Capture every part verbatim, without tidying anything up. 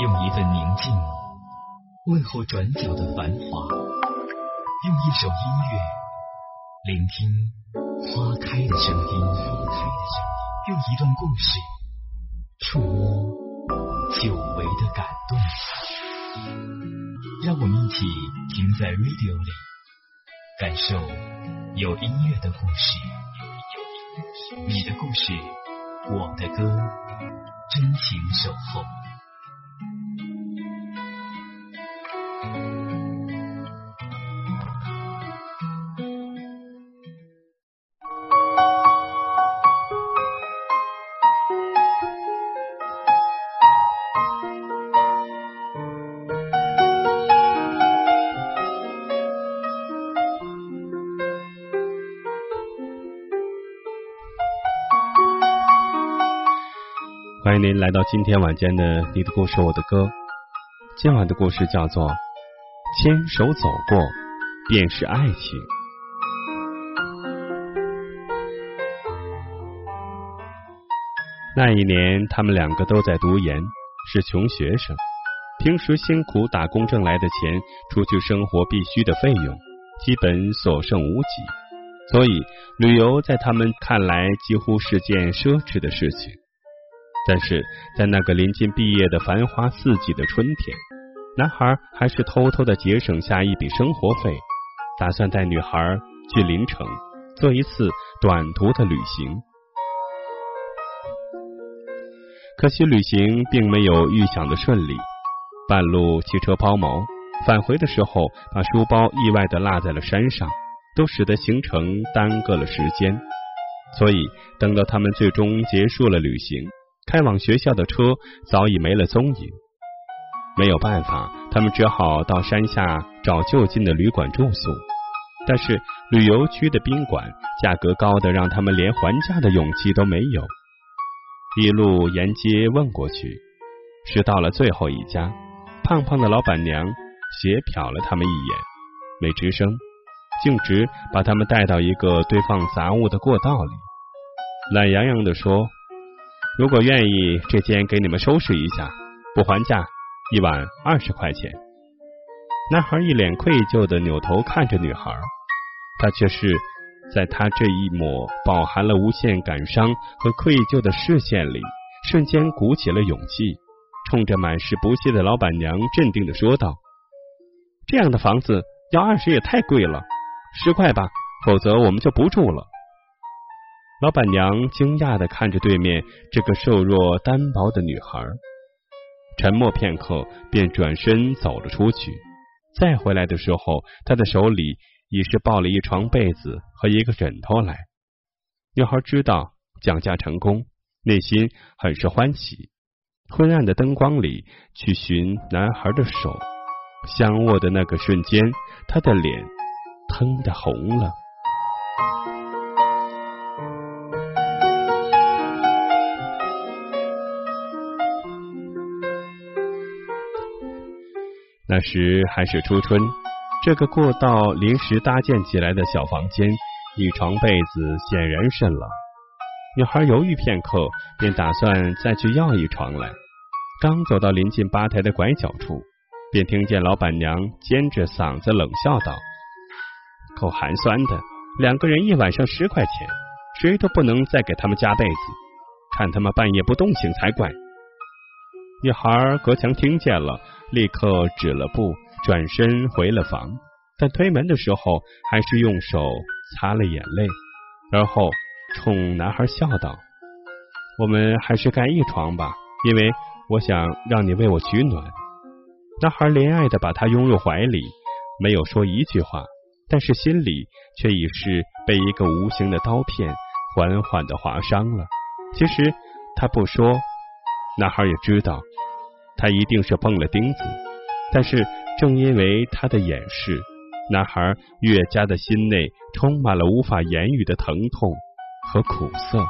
用一份宁静问候转角的繁华，用一首音乐聆听花开的声音，用一段故事触摸久违的感动。让我们一起停在 radio 里，感受有音乐的故事。你的故事，我的歌，真情守候。 欢迎您来到今天晚间的你的故事我的歌。今晚的故事叫做牵手走过便是爱情。那一年他们两个都在读研，是穷学生，平时辛苦打工挣来的钱，除去生活必须的费用，基本所剩无几，所以旅游在他们看来几乎是件奢侈的事情。但是在那个临近毕业的繁花四季的春天，男孩还是偷偷的节省下一笔生活费，打算带女孩去临城做一次短途的旅行。可惜旅行并没有预想的顺利，半路汽车抛锚，返回的时候把书包意外的落在了山上，都使得行程耽搁了时间。所以等到他们最终结束了旅行，开往学校的车早已没了踪影。没有办法，他们只好到山下找就近的旅馆住宿。但是旅游区的宾馆价格高的让他们连还价的勇气都没有。一路沿街问过去，是到了最后一家，胖胖的老板娘斜瞟了他们一眼，没吱声，径直把他们带到一个堆放杂物的过道里，懒洋洋地说，如果愿意，这间给你们收拾一下，不还价，一晚二十块钱。男孩一脸愧疚的扭头看着女孩，他却是在他这一抹饱含了无限感伤和愧疚的视线里，瞬间鼓起了勇气，冲着满是不屑的老板娘镇定地说道，这样的房子要二十也太贵了，十块吧，否则我们就不住了。老板娘惊讶地看着对面这个瘦弱单薄的女孩，沉默片刻，便转身走了出去。再回来的时候，她的手里已是抱了一床被子和一个枕头来。女孩知道讲价成功，内心很是欢喜。昏暗的灯光里去寻男孩的手，相握的那个瞬间，她的脸腾地红了。那时还是初春，这个过道临时搭建起来的小房间，一床被子显然甚了。女孩犹豫片刻，便打算再去要一床来。刚走到临近吧台的拐角处，便听见老板娘尖着嗓子冷笑道，够寒酸的，两个人一晚上十块钱，谁都不能再给他们加被子，看他们半夜不动醒才怪。女孩隔墙听见了，立刻止了步，转身回了房，但推门的时候还是用手擦了眼泪，然后冲男孩笑道，我们还是盖一床吧，因为我想让你为我取暖。男孩怜爱地把她拥入怀里，没有说一句话，但是心里却已是被一个无形的刀片缓缓地划伤了。其实他不说，男孩也知道他一定是碰了钉子，但是正因为他的掩饰，男孩越加的心内充满了无法言语的疼痛和苦涩。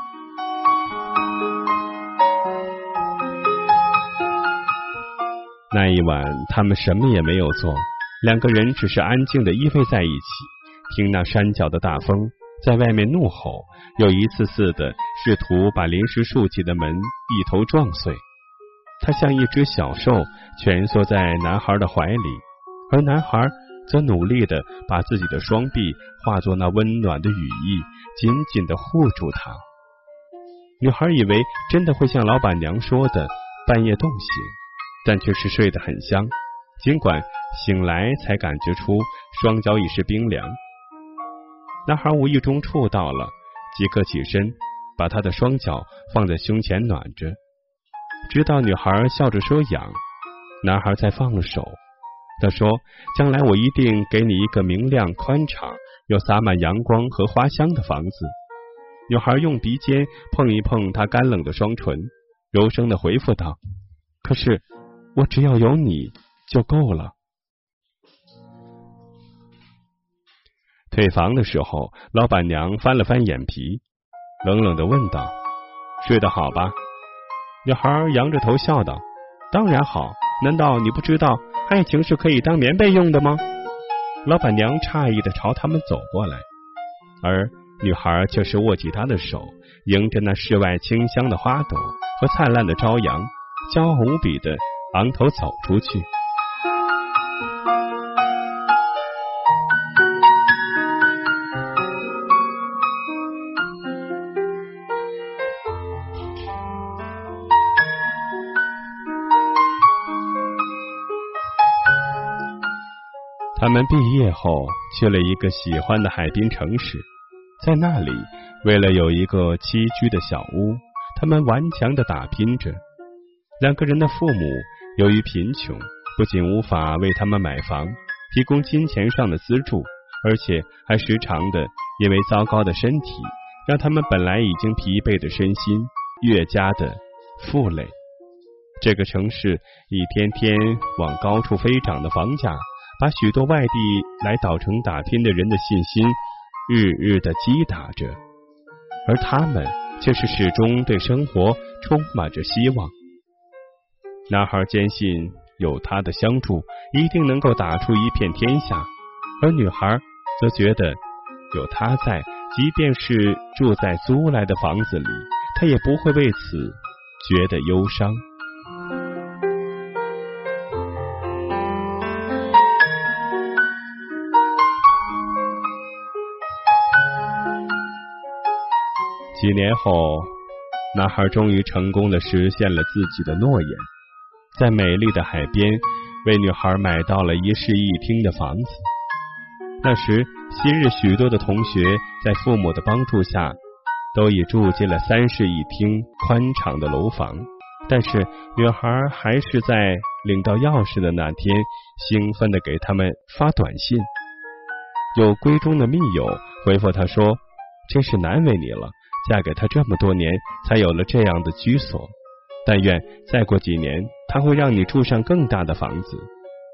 那一晚他们什么也没有做，两个人只是安静的依偎在一起，听那山脚的大风在外面怒吼，又一次次的试图把临时竖起的门一头撞碎。 他像一只小兽蜷缩在男孩的怀里，而男孩则努力地把自己的双臂化作那温暖的羽翼，紧紧地护住他。女孩以为真的会像老板娘说的半夜冻醒，但却是睡得很香，尽管醒来才感觉出双脚已是冰凉。男孩无意中触到了，即刻起身，把他的双脚放在胸前暖着，直到女孩笑着说痒，男孩才放手。他说，将来我一定给你一个明亮宽敞又洒满阳光和花香的房子。女孩用鼻尖碰一碰他干冷的双唇，柔声的回复道，可是我只要有你就够了。退房的时候，老板娘翻了翻眼皮，冷冷的问道，睡得好吧？女孩扬着头笑道，当然好，难道你不知道爱情是可以当棉被用的吗？老板娘诧异的朝他们走过来，而女孩却是握起她的手，迎着那室外清香的花朵和灿烂的朝阳，骄傲无比的昂头走出去。他们毕业后去了一个喜欢的海滨城市，在那里，为了有一个栖居的小屋，他们顽强地打拼着。两个人的父母由于贫穷，不仅无法为他们买房，提供金钱上的资助，而且还时常的因为糟糕的身体，让他们本来已经疲惫的身心越加的负累。这个城市一天天往高处飞涨的房价，把许多外地来岛城打拼的人的信心日日的击打着，而他们却是始终对生活充满着希望。男孩坚信有他的相助，一定能够打出一片天下，而女孩则觉得有他在，即便是住在租来的房子里，她也不会为此觉得忧伤。几年后，男孩终于成功的实现了自己的诺言，在美丽的海边为女孩买到了一室一厅的房子。那时昔日许多的同学在父母的帮助下都已住进了三室一厅宽敞的楼房，但是女孩还是在领到钥匙的那天兴奋的给他们发短信。有闺中的密友回复她说，真是难为你了，嫁给他这么多年才有了这样的居所，但愿再过几年他会让你住上更大的房子。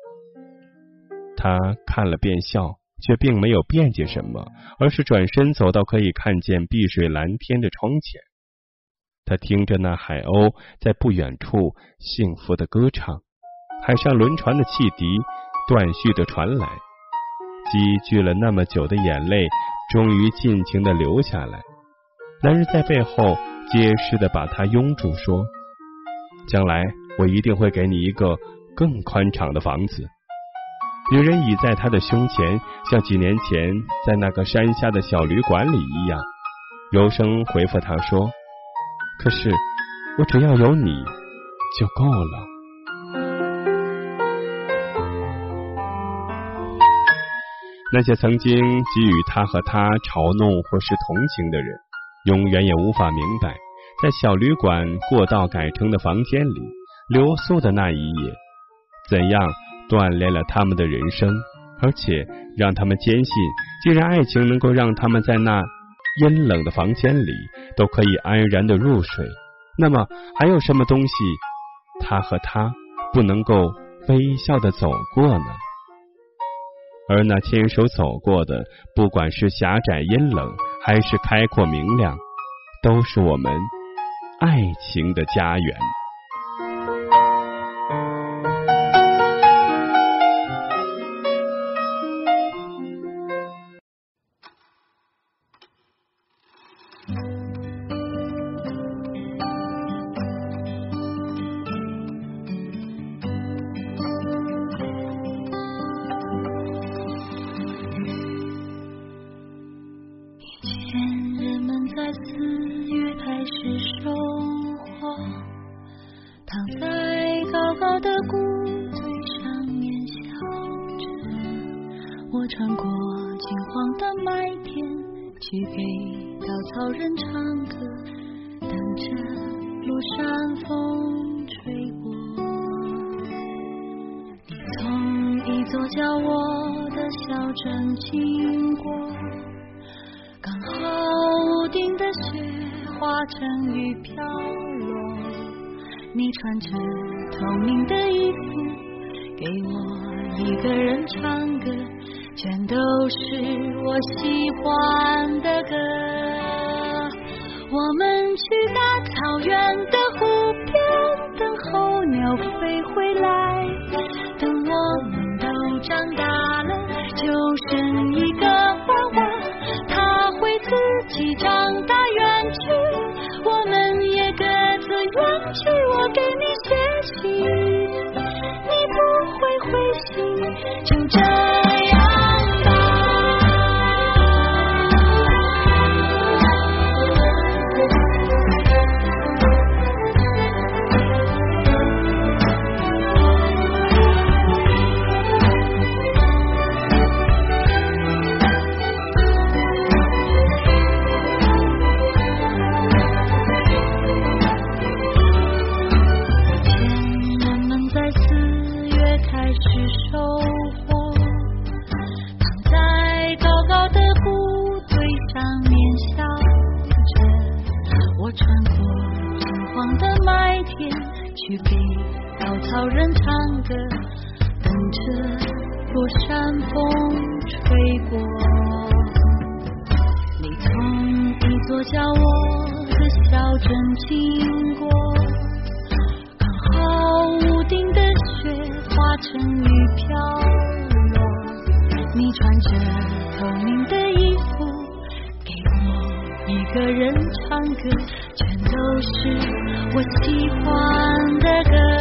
他看了便笑，却并没有辩解什么，而是转身走到可以看见碧水蓝天的窗前。他听着那海鸥在不远处幸福的歌唱，海上轮船的汽笛断续的传来，积聚了那么久的眼泪终于尽情的流下来。男人在背后结实的把他拥住，说，将来我一定会给你一个更宽敞的房子。女人倚在他的胸前，像几年前在那个山下的小旅馆里一样，柔声回复他说，可是我只要有你就够了。那些曾经给予他和他嘲弄或是同情的人，永远也无法明白，在小旅馆过道改成的房间里留宿的那一夜，怎样锻炼了他们的人生，而且让他们坚信，既然爱情能够让他们在那阴冷的房间里都可以安然的入睡，那么还有什么东西他和他不能够微笑的走过呢？而那牵手走过的，不管是狭窄阴冷还是开阔明亮，都是我们爱情的家园。 躺在高高的谷堆上面笑着，我穿过金黄的麦田，去给稻草人唱歌，等着落山风吹过。你从一座叫我的小镇经过，刚好屋顶的雪化成雨飘落，你穿着透明的衣服给我一个人唱歌，全都是我喜欢的歌。我们去大草原的湖边，等候鸟飞回来，等我们都长大了，就剩一个娃娃，他会自己长大远去，我们也各自远去。我给你写信，你不会回信，就这样去给稻草人唱歌，等着落山风吹过。你从一座叫我的小镇经过，刚好屋顶的雪化成雨飘落，你穿着透明的衣服给我一个人唱歌，全都是我喜欢的歌。